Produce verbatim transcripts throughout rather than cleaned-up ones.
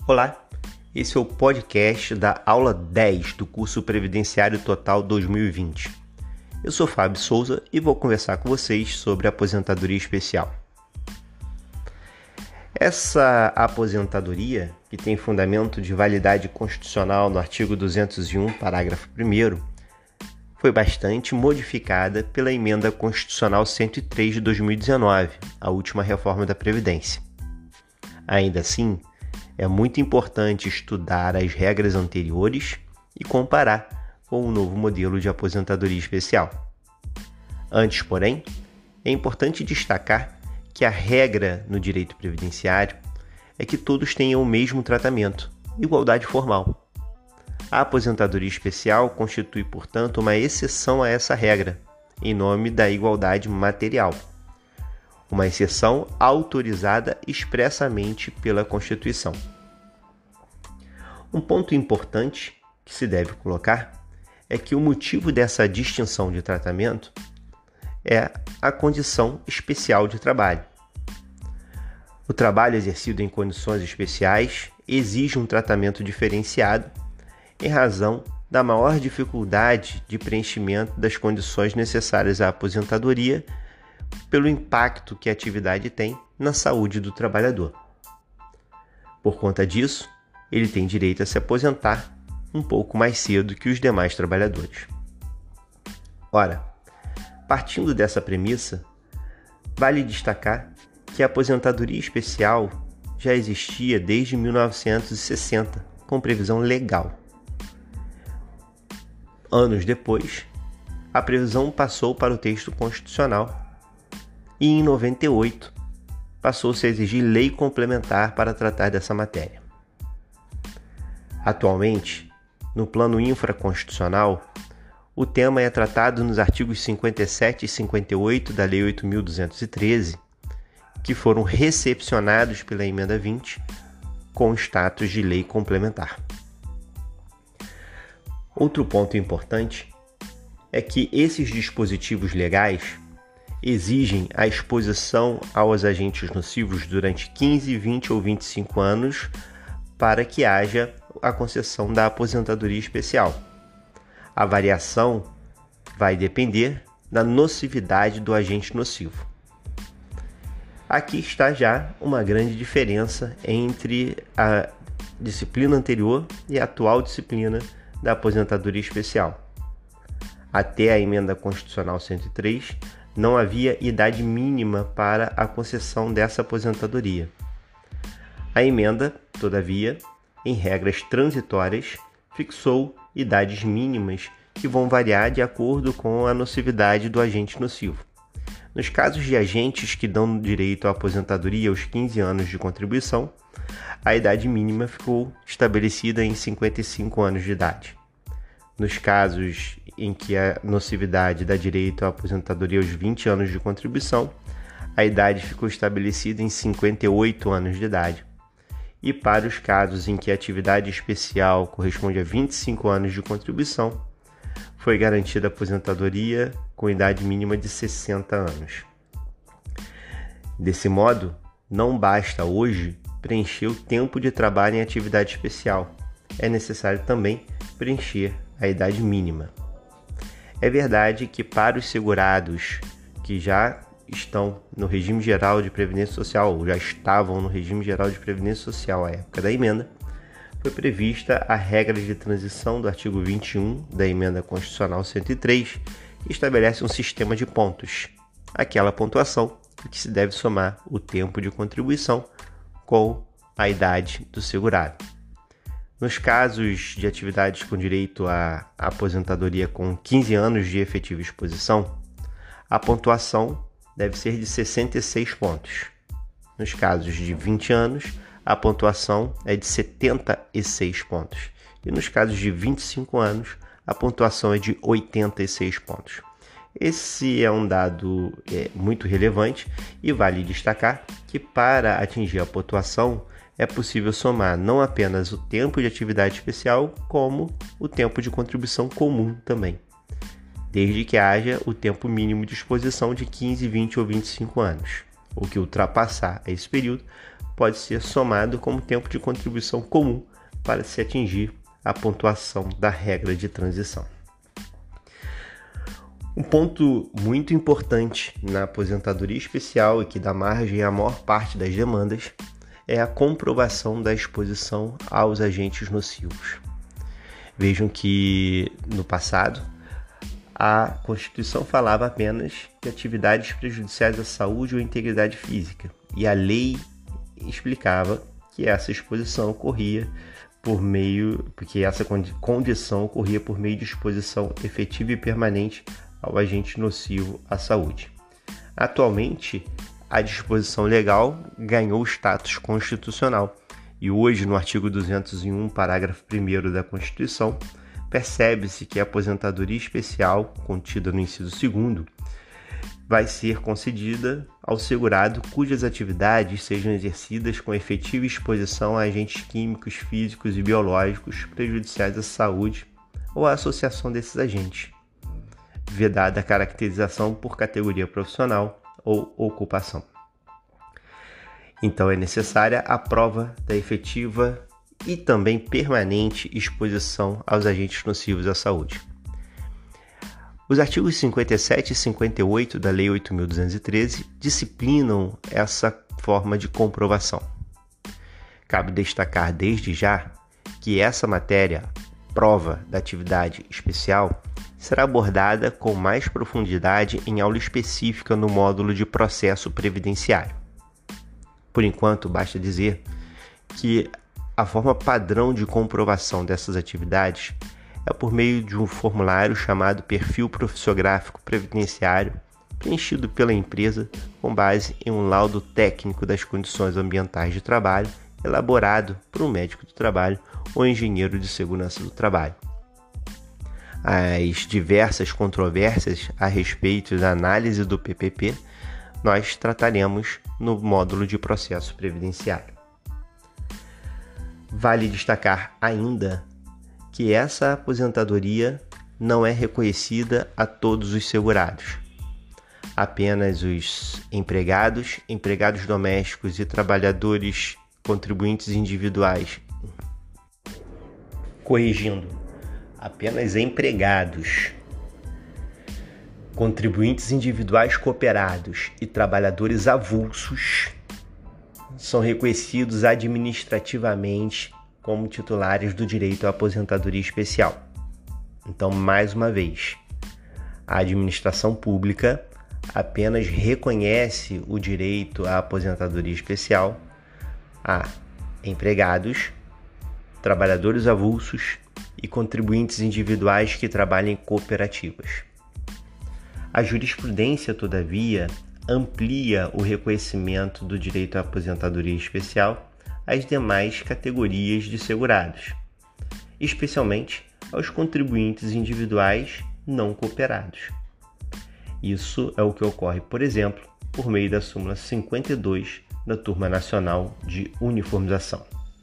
Olá, esse é o podcast da aula dez do curso Previdenciário Total dois mil e vinte. Eu sou Fábio Souza e vou conversar com vocês sobre aposentadoria especial. Essa aposentadoria, que tem fundamento de validade constitucional no artigo duzentos e um, parágrafo primeiro, foi bastante modificada pela Emenda Constitucional cento e três de dois mil e dezenove, a última reforma da Previdência. Ainda assim, é muito importante estudar as regras anteriores e comparar com o novo modelo de aposentadoria especial. Antes, porém, é importante destacar que a regra no direito previdenciário é que todos tenham o mesmo tratamento, igualdade formal. A aposentadoria especial constitui, portanto, uma exceção a essa regra, em nome da igualdade material. Uma exceção autorizada expressamente pela Constituição. Um ponto importante que se deve colocar é que o motivo dessa distinção de tratamento é a condição especial de trabalho. O trabalho exercido em condições especiais exige um tratamento diferenciado em razão da maior dificuldade de preenchimento das condições necessárias à aposentadoria pelo impacto que a atividade tem na saúde do trabalhador. Por conta disso, ele tem direito a se aposentar um pouco mais cedo que os demais trabalhadores. Ora, partindo dessa premissa, vale destacar que a aposentadoria especial já existia desde mil novecentos e sessenta, com previsão legal. Anos depois, a previsão passou para o texto constitucional e, em noventa e oito, passou-se a exigir lei complementar para tratar dessa matéria. Atualmente, no plano infraconstitucional, o tema é tratado nos artigos cinquenta e sete e cinquenta e oito da Lei oito mil duzentos e treze, que foram recepcionados pela Emenda vinte com status de lei complementar. Outro ponto importante é que esses dispositivos legais exigem a exposição aos agentes nocivos durante quinze, vinte ou vinte e cinco anos para que haja a concessão da aposentadoria especial. A variação vai depender da nocividade do agente nocivo. Aqui está já uma grande diferença entre a disciplina anterior e a atual disciplina da aposentadoria especial. Até a Emenda Constitucional cento e três, não havia idade mínima para a concessão dessa aposentadoria. A emenda, todavia, em regras transitórias, fixou idades mínimas que vão variar de acordo com a nocividade do agente nocivo. Nos casos de agentes que dão direito à aposentadoria aos quinze anos de contribuição, a idade mínima ficou estabelecida em cinquenta e cinco anos de idade. Nos casos em que a nocividade dá direito à aposentadoria aos vinte anos de contribuição, a idade ficou estabelecida em cinquenta e oito anos de idade. E para os casos em que a atividade especial corresponde a vinte e cinco anos de contribuição, foi garantida a aposentadoria com idade mínima de sessenta anos. Desse modo, não basta hoje preencher o tempo de trabalho em atividade especial. É necessário também preencher a idade mínima. É verdade que para os segurados que já estão no regime geral de previdência social, ou já estavam no regime geral de previdência social à época da emenda, foi prevista a regra de transição do artigo vinte e um da Emenda Constitucional cento e três, que estabelece um sistema de pontos, aquela pontuação em que se deve somar o tempo de contribuição com a idade do segurado. Nos casos de atividades com direito à aposentadoria com quinze anos de efetiva exposição, a pontuação deve ser de sessenta e seis pontos. Nos casos de vinte anos, a pontuação é de setenta e seis pontos. E nos casos de vinte e cinco anos, a pontuação é de oitenta e seis pontos. Esse é um dado é, muito relevante e vale destacar que para atingir a pontuação é possível somar não apenas o tempo de atividade especial, como o tempo de contribuição comum também, desde que haja o tempo mínimo de exposição de quinze, vinte ou vinte e cinco anos. O que ultrapassar esse período pode ser somado como tempo de contribuição comum para se atingir a pontuação da regra de transição. Um ponto muito importante na aposentadoria especial e que dá margem à maior parte das demandas é a comprovação da exposição aos agentes nocivos. Vejam que, no passado, a Constituição falava apenas de atividades prejudiciais à saúde ou integridade física, e a lei explicava que essa exposição ocorria por meio, porque essa condição ocorria por meio de exposição efetiva e permanente ao agente nocivo à saúde. Atualmente, a disposição legal ganhou status constitucional e hoje, no artigo duzentos e um, parágrafo primeiro da Constituição, percebe-se que a aposentadoria especial, contida no inciso segundo, vai ser concedida ao segurado cujas atividades sejam exercidas com efetiva exposição a agentes químicos, físicos e biológicos prejudiciais à saúde ou à associação desses agentes, vedada a caracterização por categoria profissional ou ocupação. Então é necessária a prova da efetiva e também permanente exposição aos agentes nocivos à saúde. Os artigos cinquenta e sete e cinquenta e oito da Lei oito mil duzentos e treze disciplinam essa forma de comprovação. Cabe destacar desde já que essa matéria, prova da atividade especial, será abordada com mais profundidade em aula específica no módulo de processo previdenciário. Por enquanto, basta dizer que a forma padrão de comprovação dessas atividades é por meio de um formulário chamado Perfil Profissiográfico Previdenciário, preenchido pela empresa com base em um laudo técnico das condições ambientais de trabalho, elaborado por um médico do trabalho ou engenheiro de segurança do trabalho. As diversas controvérsias a respeito da análise do P P P nós trataremos no módulo de processo previdenciário. Vale destacar ainda que essa aposentadoria não é reconhecida a todos os segurados. Apenas os empregados, empregados domésticos e trabalhadores contribuintes individuais. Corrigindo, apenas empregados, contribuintes individuais cooperados e trabalhadores avulsos são reconhecidos administrativamente como titulares do direito à aposentadoria especial. Então, mais uma vez, a administração pública apenas reconhece o direito à aposentadoria especial a empregados, trabalhadores avulsos e contribuintes individuais que trabalham em cooperativas. A jurisprudência, todavia, amplia o reconhecimento do direito à aposentadoria especial às demais categorias de segurados, especialmente aos contribuintes individuais não cooperados. Isso é o que ocorre, por exemplo, por meio da súmula cinquenta e dois da Turma Nacional de Uniformização.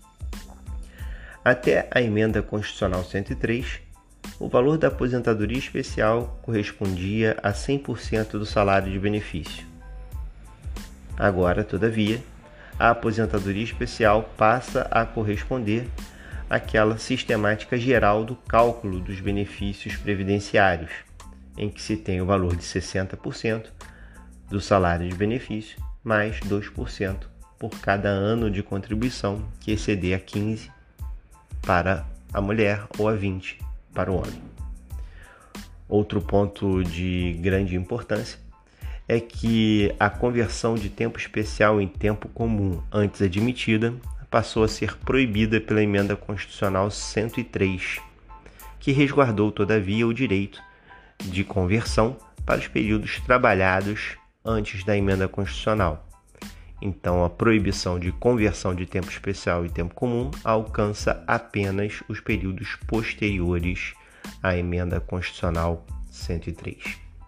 Até a Emenda Constitucional cento e três, o valor da aposentadoria especial correspondia a cem por cento do salário de benefício. Agora, todavia, a aposentadoria especial passa a corresponder àquela sistemática geral do cálculo dos benefícios previdenciários, em que se tem o valor de sessenta por cento do salário de benefício mais dois por cento por cada ano de contribuição que exceder a quinze para a mulher ou a vinte para o homem. Outro ponto de grande importância é que a conversão de tempo especial em tempo comum antes admitida passou a ser proibida pela Emenda Constitucional cento e três, que resguardou, todavia, o direito de conversão para os períodos trabalhados antes da Emenda Constitucional. Então, a proibição de conversão de tempo especial e tempo comum alcança apenas os períodos posteriores à Emenda Constitucional cento e três.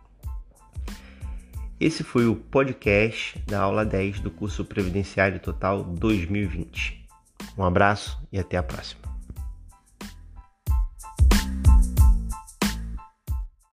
Esse foi o podcast da aula dez do curso Previdenciário Total dois mil e vinte. Um abraço e até a próxima.